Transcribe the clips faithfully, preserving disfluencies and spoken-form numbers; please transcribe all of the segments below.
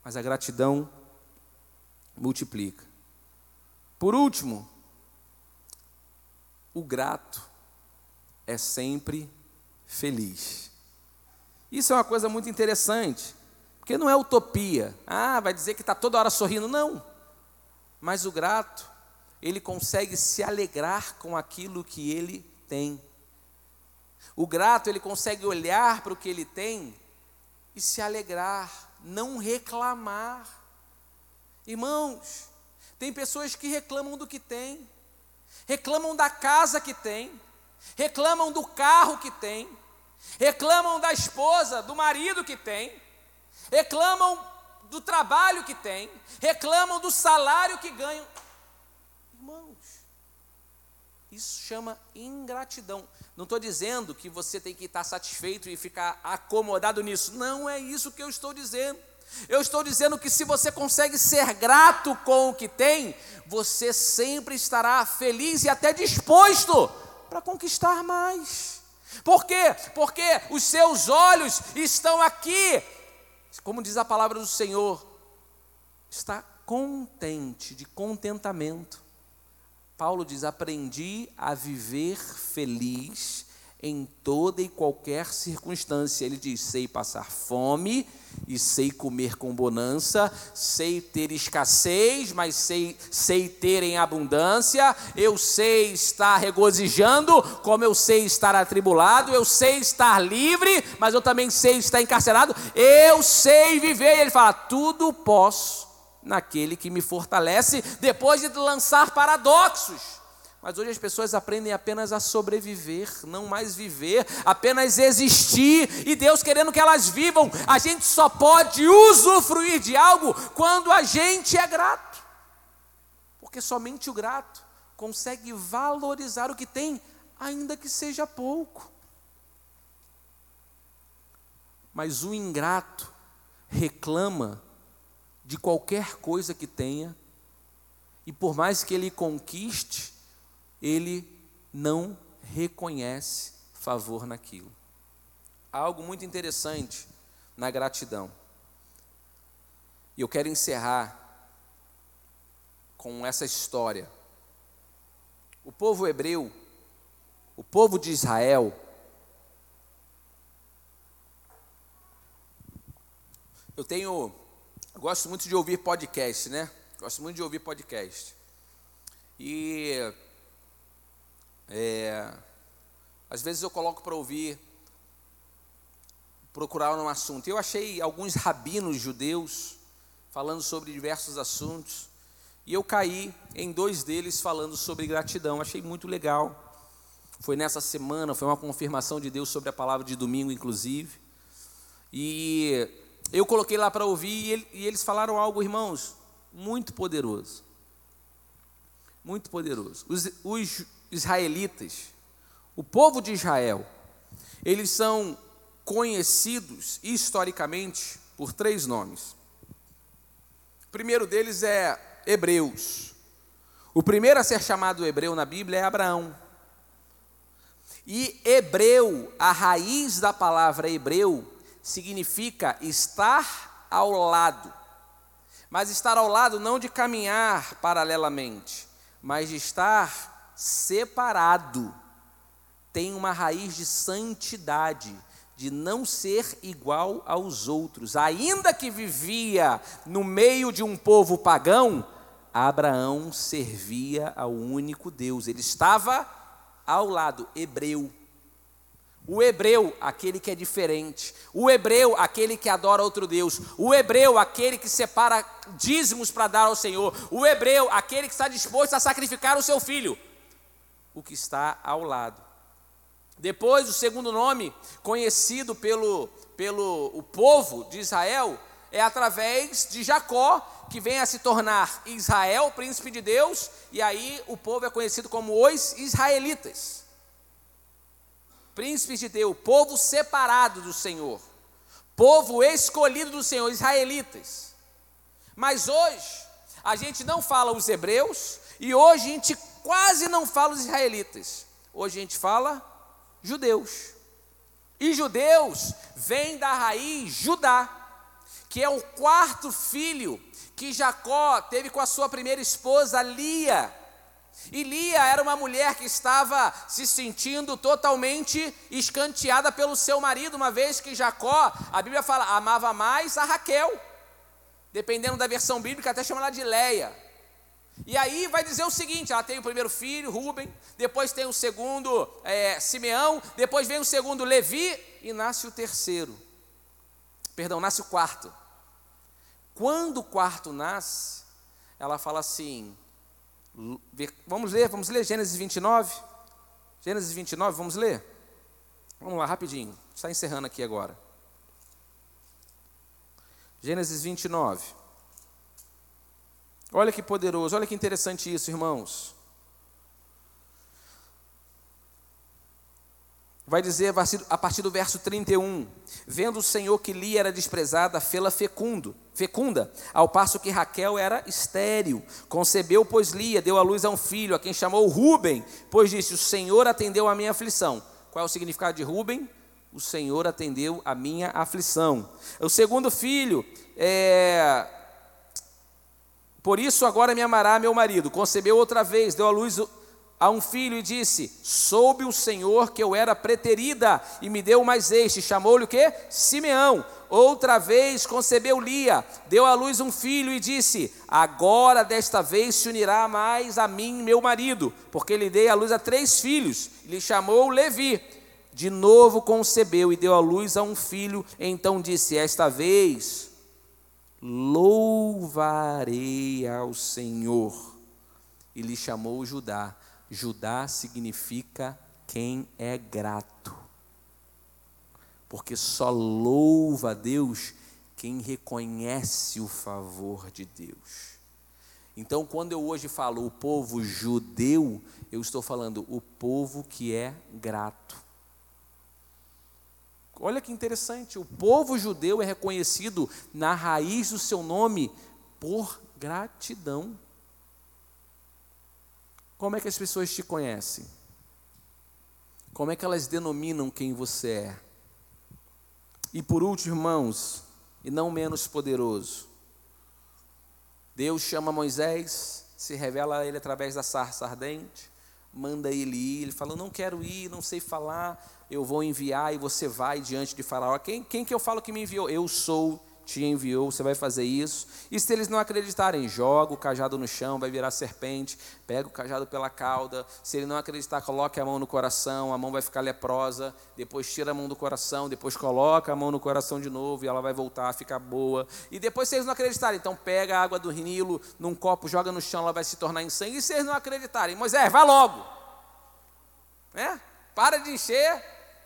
mas a gratidão multiplica. Por último, o grato é sempre feliz. Isso é uma coisa muito interessante, porque não é utopia. Ah, vai dizer que está toda hora sorrindo. Não. Mas o grato, ele consegue se alegrar com aquilo que ele tem. O grato, ele consegue olhar para o que ele tem e se alegrar, não reclamar. Irmãos, tem pessoas que reclamam do que tem, reclamam da casa que tem, reclamam do carro que tem, reclamam da esposa, do marido que tem, reclamam do trabalho que tem, reclamam do salário que ganham. Irmãos, isso chama ingratidão. Não estou dizendo que você tem que estar satisfeito e ficar acomodado nisso. Não é isso que eu estou dizendo. Eu estou dizendo que se você consegue ser grato com o que tem, você sempre estará feliz e até disposto para conquistar mais. Por quê? Porque os seus olhos estão aqui. Como diz a palavra do Senhor, está contente, de contentamento. Paulo diz, aprendi a viver feliz em toda e qualquer circunstância. Ele diz, sei passar fome e sei comer com bonança, sei ter escassez, mas sei, sei ter em abundância, eu sei estar regozijando, como eu sei estar atribulado, eu sei estar livre, mas eu também sei estar encarcerado, eu sei viver. E ele fala, tudo posso naquele que me fortalece, depois de lançar paradoxos. Mas hoje as pessoas aprendem apenas a sobreviver, não mais viver, apenas existir, e Deus querendo que elas vivam. A gente só pode usufruir de algo quando a gente é grato, porque somente o grato consegue valorizar o que tem, ainda que seja pouco. Mas o ingrato reclama de qualquer coisa que tenha, e por mais que ele conquiste, ele não reconhece favor naquilo. Há algo muito interessante na gratidão. E eu quero encerrar com essa história. O povo hebreu, o povo de Israel, eu tenho, eu gosto muito de ouvir podcast, né? Gosto muito de ouvir podcast. E É, às vezes eu coloco para ouvir, procurar um assunto. Eu achei alguns rabinos judeus falando sobre diversos assuntos, e eu caí em dois deles falando sobre gratidão. Achei muito legal. Foi nessa semana, foi uma confirmação de Deus sobre a palavra de domingo, inclusive. E eu coloquei lá para ouvir, e, ele, e eles falaram algo, irmãos, muito poderoso. Muito poderoso. Os, os israelitas, o povo de Israel, eles são conhecidos historicamente por três nomes. O primeiro deles é Hebreus. O primeiro a ser chamado hebreu na Bíblia é Abraão. E hebreu, a raiz da palavra hebreu, significa estar ao lado. Mas estar ao lado não de caminhar paralelamente, mas de estar separado. Tem uma raiz de santidade, de não ser igual aos outros. Ainda que vivia no meio de um povo pagão, Abraão servia ao único Deus. Ele estava ao lado, hebreu. O hebreu, aquele que é diferente. O hebreu, aquele que adora outro Deus. O hebreu, aquele que separa dízimos para dar ao Senhor. O hebreu, aquele que está disposto a sacrificar o seu filho. O que está ao lado. Depois, o segundo nome, conhecido pelo, pelo o povo de Israel, é através de Jacó, que vem a se tornar Israel, príncipe de Deus, e aí o povo é conhecido como os israelitas. Príncipes de Deus, povo separado do Senhor, povo escolhido do Senhor, israelitas. Mas hoje, a gente não fala os hebreus, e hoje a gente quase não fala os israelitas. Hoje a gente fala judeus. E judeus vem da raiz Judá, que é o quarto filho que Jacó teve com a sua primeira esposa, Lia. E Lia era uma mulher que estava se sentindo totalmente escanteada pelo seu marido, uma vez que Jacó, a Bíblia fala, amava mais a Raquel, dependendo da versão bíblica, até chama ela de Leia. E aí vai dizer o seguinte, ela tem o primeiro filho, Rúben, depois tem o segundo, é, Simeão, depois vem o segundo, Levi, e nasce o terceiro, perdão, nasce o quarto. Quando o quarto nasce, ela fala assim, vamos ler, vamos ler Gênesis vinte e nove, Gênesis vinte e nove, vamos ler? Vamos lá, rapidinho, está encerrando aqui agora. Gênesis vinte e nove. Olha que poderoso, olha que interessante isso, irmãos. Vai dizer a partir do verso trinta e um, vendo o Senhor que Lia era desprezada, fê-la fecundo, fecunda, ao passo que Raquel era estéril. Concebeu, pois Lia, deu à luz a um filho, a quem chamou Rúben, pois disse, o Senhor atendeu a minha aflição. Qual é o significado de Rúben? O Senhor atendeu a minha aflição. O segundo filho, é... por isso agora me amará meu marido. Concebeu outra vez, deu à luz a um filho e disse, soube o Senhor que eu era preterida e me deu mais este, chamou-lhe o quê? Simeão. Outra vez concebeu Lia, deu à luz um filho e disse, agora desta vez se unirá mais a mim meu marido, porque lhe dei à luz a três filhos, lhe chamou Levi. De novo concebeu e deu à luz a um filho, então disse, esta vez louvarei ao Senhor. E lhe chamou Judá. Judá significa quem é grato, porque só louva a Deus quem reconhece o favor de Deus. Então, quando eu hoje falo o povo judeu, eu estou falando o povo que é grato. Olha que interessante, o povo judeu é reconhecido na raiz do seu nome por gratidão. Como é que as pessoas te conhecem? Como é que elas denominam quem você é? E por último, irmãos, e não menos poderoso, Deus chama Moisés, se revela a ele através da sarça ardente, manda ele ir, ele fala, não quero ir, não sei falar, eu vou enviar e você vai diante de Faraó. Quem, quem que eu falo que me enviou? Eu sou, te enviou, você vai fazer isso. E se eles não acreditarem, joga o cajado no chão, vai virar serpente, pega o cajado pela cauda. Se ele não acreditar, coloque a mão no coração, a mão vai ficar leprosa, depois tira a mão do coração, depois coloca a mão no coração de novo e ela vai voltar a ficar boa. E depois, se eles não acreditarem, então pega a água do Nilo num copo, joga no chão, ela vai se tornar em sangue. E se eles não acreditarem, Moisés, vai logo, né? Para de encher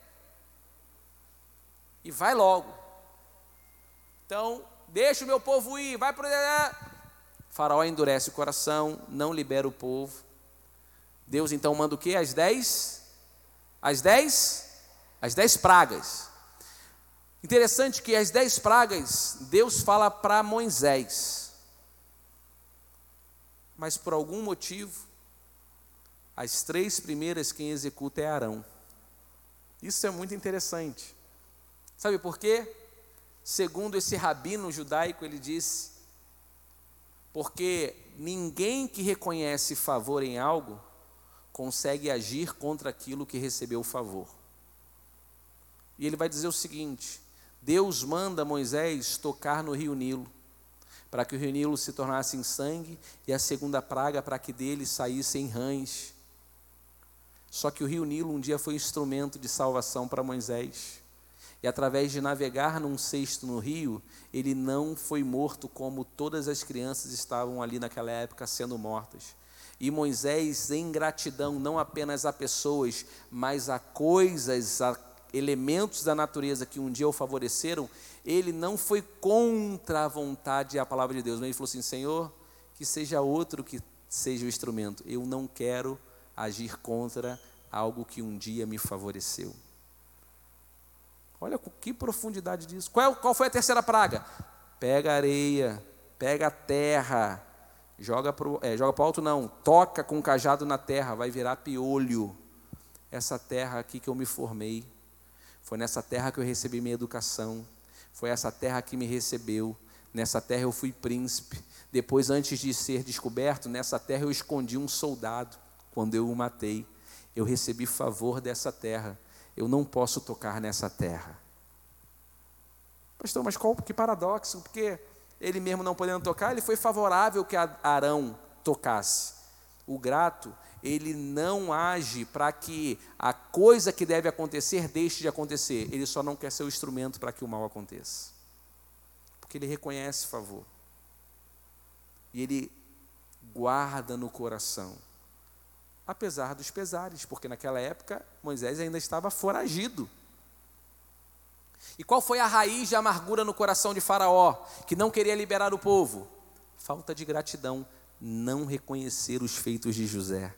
e vai logo. Então, deixa o meu povo ir, vai para o... Faraó endurece o coração, não libera o povo. Deus então manda o quê? As dez? As dez? As dez pragas. Interessante que as dez pragas, Deus fala para Moisés. Mas por algum motivo, as três primeiras quem executa é Arão. Isso é muito interessante. Sabe por quê? Segundo esse rabino judaico, ele disse, porque ninguém que reconhece favor em algo consegue agir contra aquilo que recebeu o favor. E ele vai dizer o seguinte, Deus manda Moisés tocar no rio Nilo, para que o rio Nilo se tornasse em sangue, e a segunda praga para que dele saíssem rãs. Só que o rio Nilo um dia foi instrumento de salvação para Moisés. E através de navegar num cesto no rio, ele não foi morto como todas as crianças estavam ali naquela época sendo mortas. E Moisés, em gratidão, não apenas a pessoas, mas a coisas, a elementos da natureza que um dia o favoreceram, ele não foi contra a vontade e a palavra de Deus. Mas ele falou assim, Senhor, que seja outro que seja o instrumento. Eu não quero agir contra algo que um dia me favoreceu. Olha que profundidade disso. Qual, qual foi a terceira praga? Pega a areia, pega a terra, joga para o é, joga para o alto não, toca com o cajado na terra, vai virar piolho. Essa terra aqui que eu me formei, foi nessa terra que eu recebi minha educação, Foi essa terra que me recebeu. Nessa terra eu fui príncipe. Depois, antes de ser descoberto, nessa terra eu escondi um soldado. Quando eu o matei, eu recebi favor dessa terra. Eu não posso tocar nessa terra. Pastor, mas qual, que paradoxo, porque ele mesmo não podendo tocar, ele foi favorável que Arão tocasse. O grato, ele não age para que a coisa que deve acontecer deixe de acontecer. Ele só não quer ser o instrumento para que o mal aconteça. Porque ele reconhece favor. E ele guarda no coração. Apesar dos pesares, porque naquela época Moisés ainda estava foragido. E qual foi a raiz de amargura no coração de Faraó, que não queria liberar o povo? Falta de gratidão, não reconhecer os feitos de José.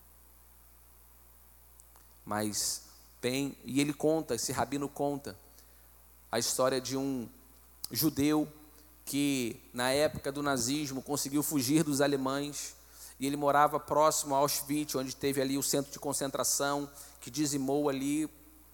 Mas tem, e ele conta, esse rabino conta, a história de um judeu que na época do nazismo conseguiu fugir dos alemães, e ele morava próximo a Auschwitz, onde teve ali o centro de concentração, que dizimou ali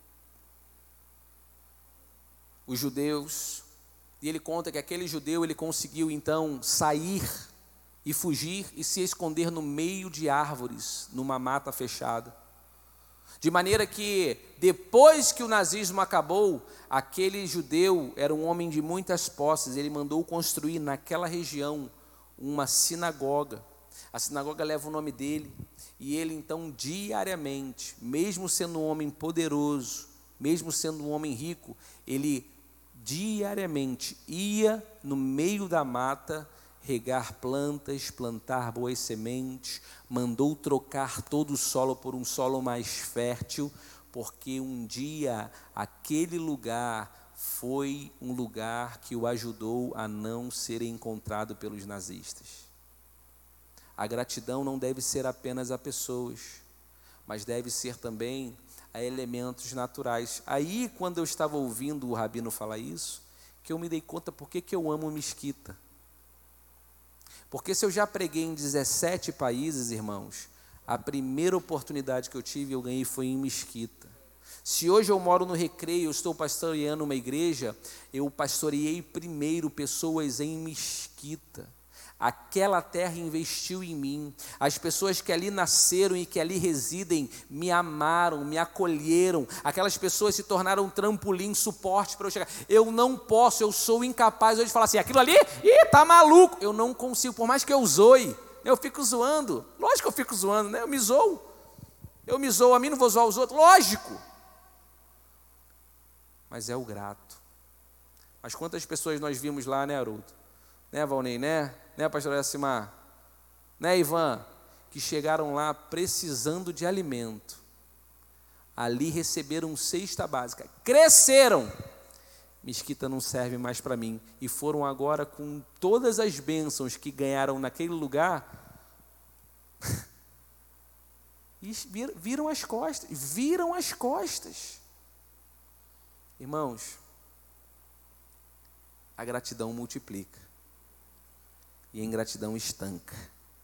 os judeus. E ele conta que aquele judeu, ele conseguiu então sair e fugir e se esconder no meio de árvores, numa mata fechada. De maneira que, depois que o nazismo acabou, aquele judeu era um homem de muitas posses. Ele mandou construir naquela região uma sinagoga. A sinagoga leva o nome dele. E ele então diariamente, mesmo sendo um homem poderoso, mesmo sendo um homem rico, ele diariamente ia no meio da mata regar plantas, plantar boas sementes, mandou trocar todo o solo por um solo mais fértil, porque um dia aquele lugar foi um lugar que o ajudou a não ser encontrado pelos nazistas. A gratidão não deve ser apenas a pessoas, mas deve ser também a elementos naturais. Aí, quando eu estava ouvindo o rabino falar isso, que eu me dei conta por que que eu amo Mesquita. Porque se eu já preguei em dezessete países, irmãos, a primeira oportunidade que eu tive, eu ganhei foi em Mesquita. Se hoje eu moro no Recreio, eu estou pastoreando uma igreja, eu pastoreei primeiro pessoas em Mesquita. Aquela terra investiu em mim. As pessoas que ali nasceram e que ali residem me amaram, me acolheram. Aquelas pessoas se tornaram um trampolim, suporte para eu chegar. Eu não posso, eu sou incapaz hoje de falar assim, aquilo ali, ih, tá maluco. Eu não consigo, por mais que eu zoe, eu fico zoando. Lógico que eu fico zoando, né? Eu me zoo. Eu me zoo, a mim não vou zoar os outros, lógico. Mas é o grato. Mas quantas pessoas nós vimos lá, né, Haroldo? Né, Valnei, né? Né, pastor Yacimar? Né, Ivan? Que chegaram lá precisando de alimento. Ali receberam cesta básica. Cresceram. Mesquita não serve mais para mim. E foram agora com todas as bênçãos que ganharam naquele lugar. E viram as costas. Viram as costas. Irmãos, a gratidão multiplica. E a ingratidão estanca.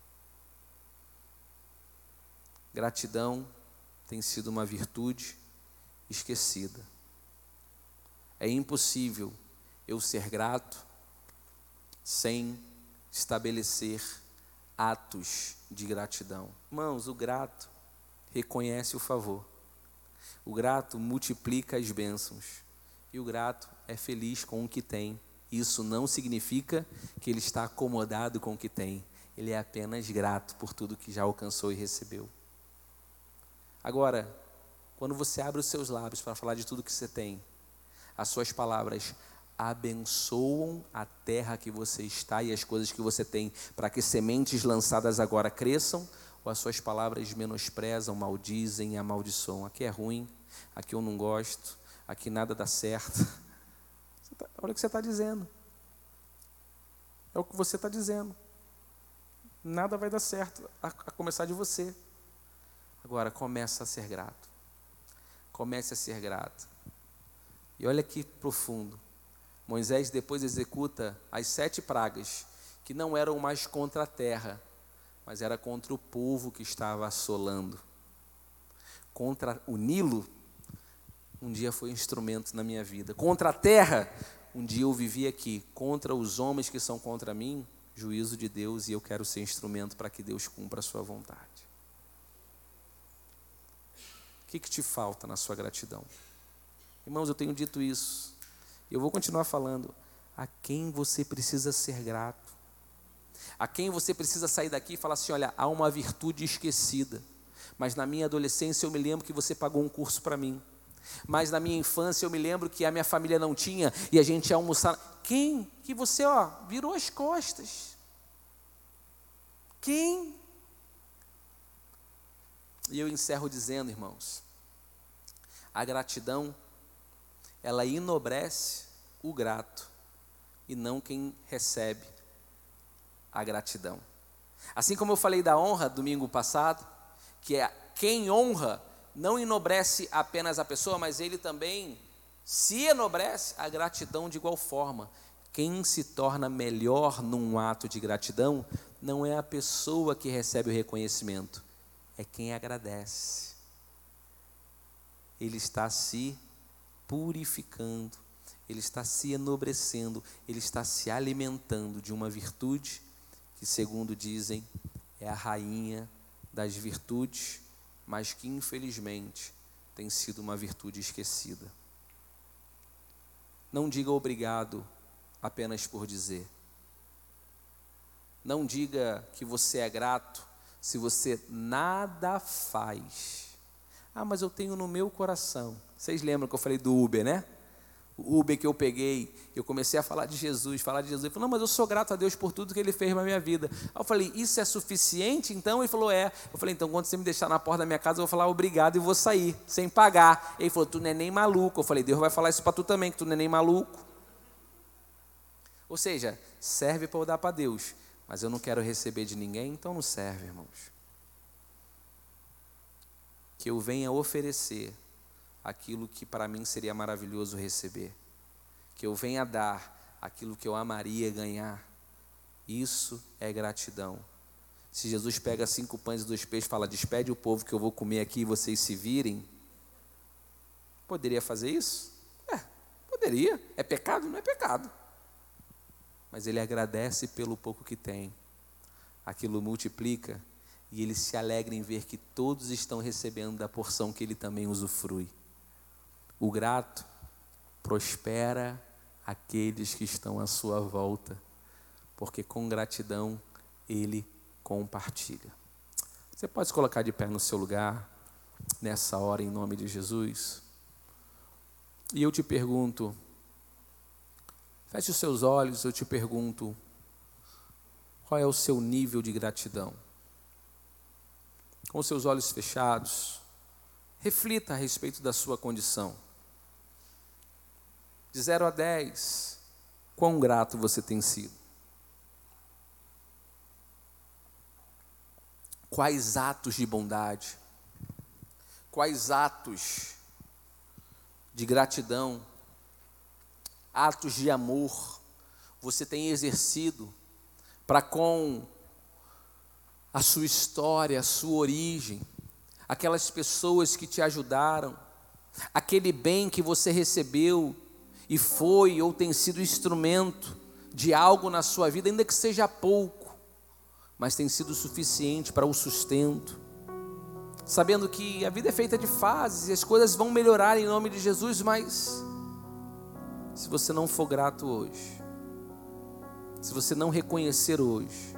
Gratidão tem sido uma virtude esquecida. É impossível eu ser grato sem estabelecer atos de gratidão. Irmãos, o grato reconhece o favor. O grato multiplica as bênçãos. E o grato é feliz com o que tem. Isso não significa que ele está acomodado com o que tem. Ele é apenas grato por tudo que já alcançou e recebeu. Agora, quando você abre os seus lábios para falar de tudo que você tem, as suas palavras abençoam a terra que você está e as coisas que você tem, para que sementes lançadas agora cresçam, ou as suas palavras menosprezam, maldizem e amaldiçoam. Aqui é ruim, aqui eu não gosto, aqui nada dá certo. Olha o que você está dizendo. É o que você está dizendo. Nada vai dar certo, a, a começar de você. Agora, começa a ser grato. Comece a ser grato. E olha que profundo. Moisés depois executa as sete pragas, que não eram mais contra a terra, mas era contra o povo que estava assolando. Contra o Nilo, um dia foi instrumento na minha vida. Contra a terra, um dia eu vivi aqui contra os homens que são contra mim, juízo de Deus, e eu quero ser instrumento para que Deus cumpra a sua vontade. O que, que te falta na sua gratidão? Irmãos, eu tenho dito isso, e eu vou continuar falando. A quem você precisa ser grato? A quem você precisa sair daqui e falar assim, olha, há uma virtude esquecida, mas na minha adolescência eu me lembro que você pagou um curso para mim, mas na minha infância eu me lembro que a minha família não tinha, e a gente ia almoçar. Quem? Que você, ó, virou as costas. Quem? E eu encerro dizendo, irmãos, a gratidão, ela enobrece o grato, e não quem recebe a gratidão. Assim como eu falei da honra domingo passado, que é quem honra não enobrece apenas a pessoa, mas ele também se enobrece. A gratidão de igual forma. Quem se torna melhor num ato de gratidão não é a pessoa que recebe o reconhecimento, é quem agradece. Ele está se purificando, ele está se enobrecendo, ele está se alimentando de uma virtude que, segundo dizem, é a rainha das virtudes, mas que infelizmente tem sido uma virtude esquecida. Não diga obrigado apenas por dizer. Não diga que você é grato se você nada faz. Ah, mas eu tenho no meu coração. Vocês lembram que eu falei do Uber, né? O Uber que eu peguei, eu comecei a falar de Jesus, falar de Jesus. Ele falou, não, mas eu sou grato a Deus por tudo que Ele fez na minha vida. Aí eu falei, isso é suficiente então? Ele falou, é. Eu falei, então quando você me deixar na porta da minha casa, eu vou falar obrigado e vou sair, sem pagar. Ele falou, tu não é nem maluco. Eu falei, Deus vai falar isso para tu também, que tu não é nem maluco. Ou seja, serve para eu dar para Deus, mas eu não quero receber de ninguém, então não serve, irmãos. Que eu venha oferecer aquilo que para mim seria maravilhoso receber, que eu venha dar aquilo que eu amaria ganhar. Isso é gratidão. Se Jesus pega cinco pães e dois peixes e fala, despede o povo que eu vou comer aqui e vocês se virem, poderia fazer isso? É, poderia. É pecado? Não é pecado. Mas ele agradece pelo pouco que tem, aquilo multiplica, e ele se alegra em ver que todos estão recebendo da porção que ele também usufrui. O grato prospera aqueles que estão à sua volta, porque com gratidão ele compartilha. Você pode se colocar de pé no seu lugar, nessa hora, em nome de Jesus? E eu te pergunto, feche os seus olhos, eu te pergunto, qual é o seu nível de gratidão? Com os seus olhos fechados, reflita a respeito da sua condição. De zero a dez, quão grato você tem sido? Quais atos de bondade, quais atos de gratidão, atos de amor você tem exercido para com a sua história, a sua origem, aquelas pessoas que te ajudaram, aquele bem que você recebeu e foi ou tem sido instrumento de algo na sua vida, ainda que seja pouco, mas tem sido suficiente para o sustento, sabendo que a vida é feita de fases e as coisas vão melhorar em nome de Jesus, mas se você não for grato hoje, se você não reconhecer hoje,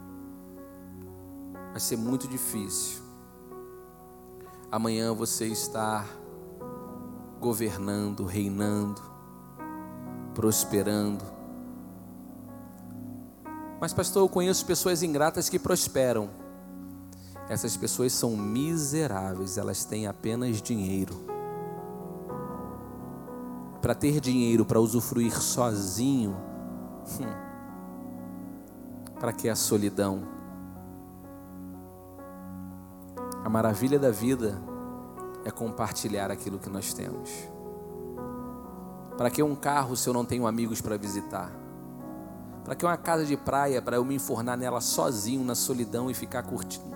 vai ser muito difícil amanhã você estar governando, reinando, prosperando. Mas pastor, eu conheço pessoas ingratas que prosperam. Essas pessoas são miseráveis, elas têm apenas dinheiro. Para ter dinheiro, para usufruir sozinho, hum, para que a solidão? A maravilha da vida é compartilhar aquilo que nós temos. Para que um carro se eu não tenho amigos para visitar? Para que uma casa de praia para eu me enfornar nela sozinho na solidão e ficar curtindo?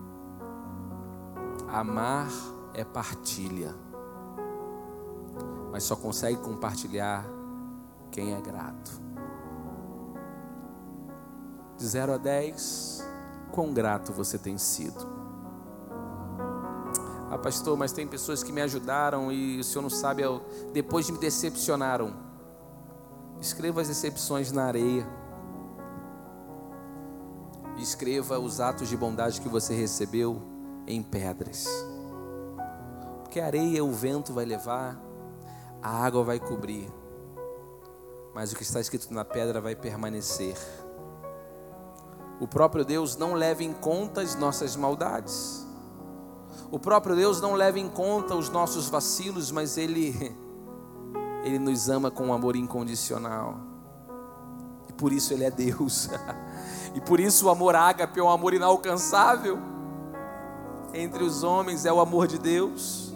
Amar é partilha. mas só consegue compartilhar quem é grato. De zero a dez, quão grato você tem sido? Ah, pastor, mas tem pessoas que me ajudaram e o senhor não sabe, eu, depois me decepcionaram. Escreva as decepções na areia. E escreva os atos de bondade que você recebeu em pedras. Porque a areia o vento vai levar, a água vai cobrir, mas o que está escrito na pedra vai permanecer. O próprio Deus não leva em conta as nossas maldades. O próprio Deus não leva em conta os nossos vacilos, mas Ele, Ele nos ama com um amor incondicional. E por isso Ele é Deus. E por isso o amor ágape é um amor inalcançável. Entre os homens é o amor de Deus.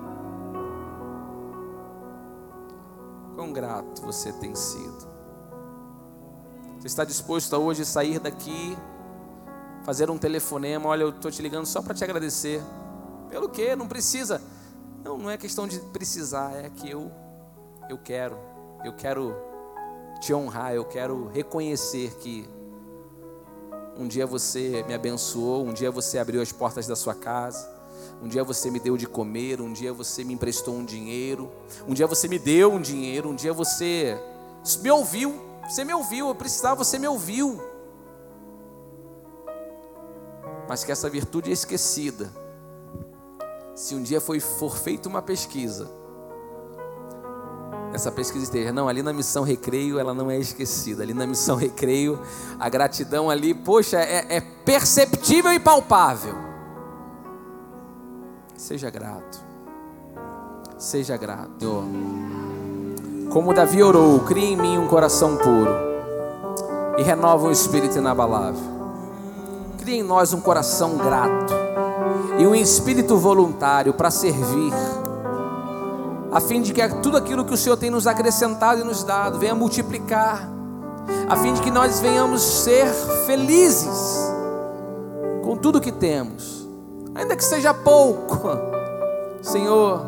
Quão grato você tem sido? Você está disposto a hoje sair daqui, fazer um telefonema? Olha, eu estou te ligando só para te agradecer. Pelo quê? Não precisa. Não, não é questão de precisar, é que eu, eu quero. Eu quero te honrar, eu quero reconhecer que um dia você me abençoou, um dia você abriu as portas da sua casa, um dia você me deu de comer, um dia você me emprestou um dinheiro, um dia você me deu um dinheiro, um dia você me ouviu, você me ouviu, eu precisava, você me ouviu. Mas que essa virtude é esquecida. Se um dia foi, for feita uma pesquisa, essa pesquisa esteja, não, ali na Missão Recreio ela não é esquecida, ali na Missão Recreio a gratidão ali, poxa, é, é perceptível e palpável. Seja grato, seja grato. Senhor, como Davi orou, cria em mim um coração puro e renova um espírito inabalável. Cria em nós um coração grato e um espírito voluntário para servir, a fim de que tudo aquilo que o Senhor tem nos acrescentado e nos dado venha multiplicar, a fim de que nós venhamos ser felizes com tudo que temos, ainda que seja pouco. Senhor,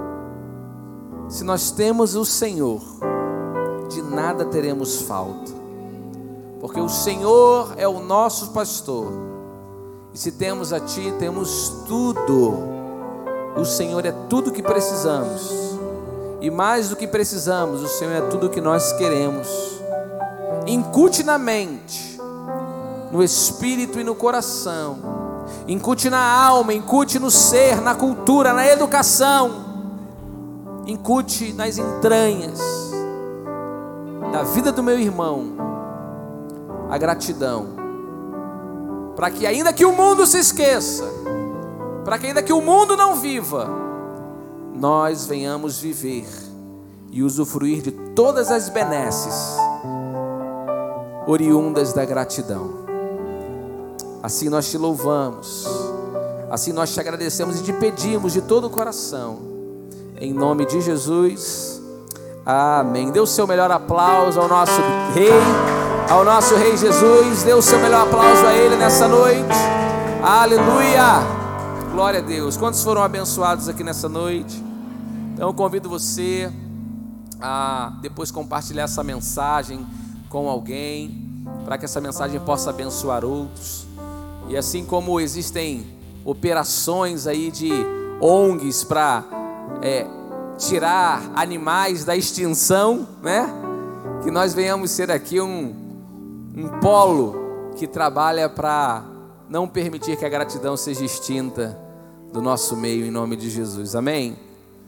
se nós temos o Senhor, de nada teremos falta, porque o Senhor é o nosso pastor, e se temos a Ti, temos tudo. O Senhor é tudo que precisamos. E mais do que precisamos, o Senhor é tudo o que nós queremos. Incute na mente, no espírito e no coração. Incute na alma, incute no ser, na cultura, na educação. Incute nas entranhas da vida do meu irmão a gratidão. Para que ainda que o mundo se esqueça, para que ainda que o mundo não viva, nós venhamos viver e usufruir de todas as benesses oriundas da gratidão. Assim nós te louvamos, assim nós te agradecemos e te pedimos de todo o coração, em nome de Jesus, amém. Dê o seu melhor aplauso ao nosso Rei, ao nosso Rei Jesus. Dê o seu melhor aplauso a Ele nessa noite. Aleluia, glória a Deus. Quantos foram abençoados aqui nessa noite? Então eu convido você a depois compartilhar essa mensagem com alguém, para que essa mensagem possa abençoar outros. E assim como existem operações aí de O N Gs para é, tirar animais da extinção, né? Que nós venhamos ser aqui um, um polo que trabalha para não permitir que a gratidão seja extinta do nosso meio, em nome de Jesus, amém?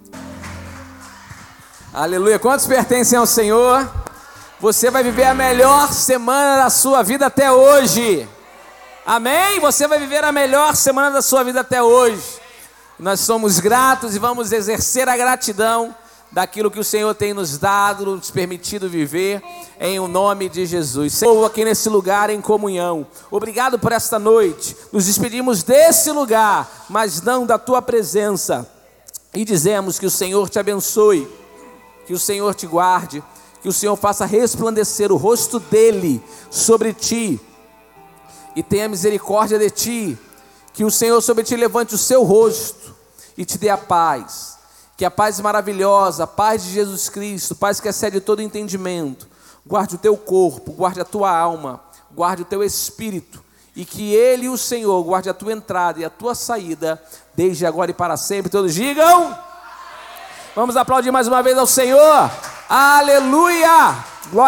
Aleluia. Quantos pertencem ao Senhor? Você vai viver a melhor semana da sua vida até hoje, amém? Você vai viver a melhor semana da sua vida até hoje. Nós somos gratos e vamos exercer a gratidão daquilo que o Senhor tem nos dado, nos permitido viver, em o nome de Jesus. Senhor, aqui nesse lugar em comunhão, obrigado por esta noite. Nos despedimos desse lugar, mas não da tua presença, e dizemos que o Senhor te abençoe, que o Senhor te guarde, que o Senhor faça resplandecer o rosto dele sobre ti e tenha misericórdia de ti, que o Senhor sobre ti levante o seu rosto e te dê a paz, Que a paz maravilhosa, a paz de Jesus Cristo, paz que excede todo entendimento, guarde o teu corpo, guarde a tua alma, guarde o teu espírito, e que Ele, o Senhor, guarde a tua entrada e a tua saída, desde agora e para sempre. Todos digam. Vamos aplaudir mais uma vez ao Senhor. Aleluia!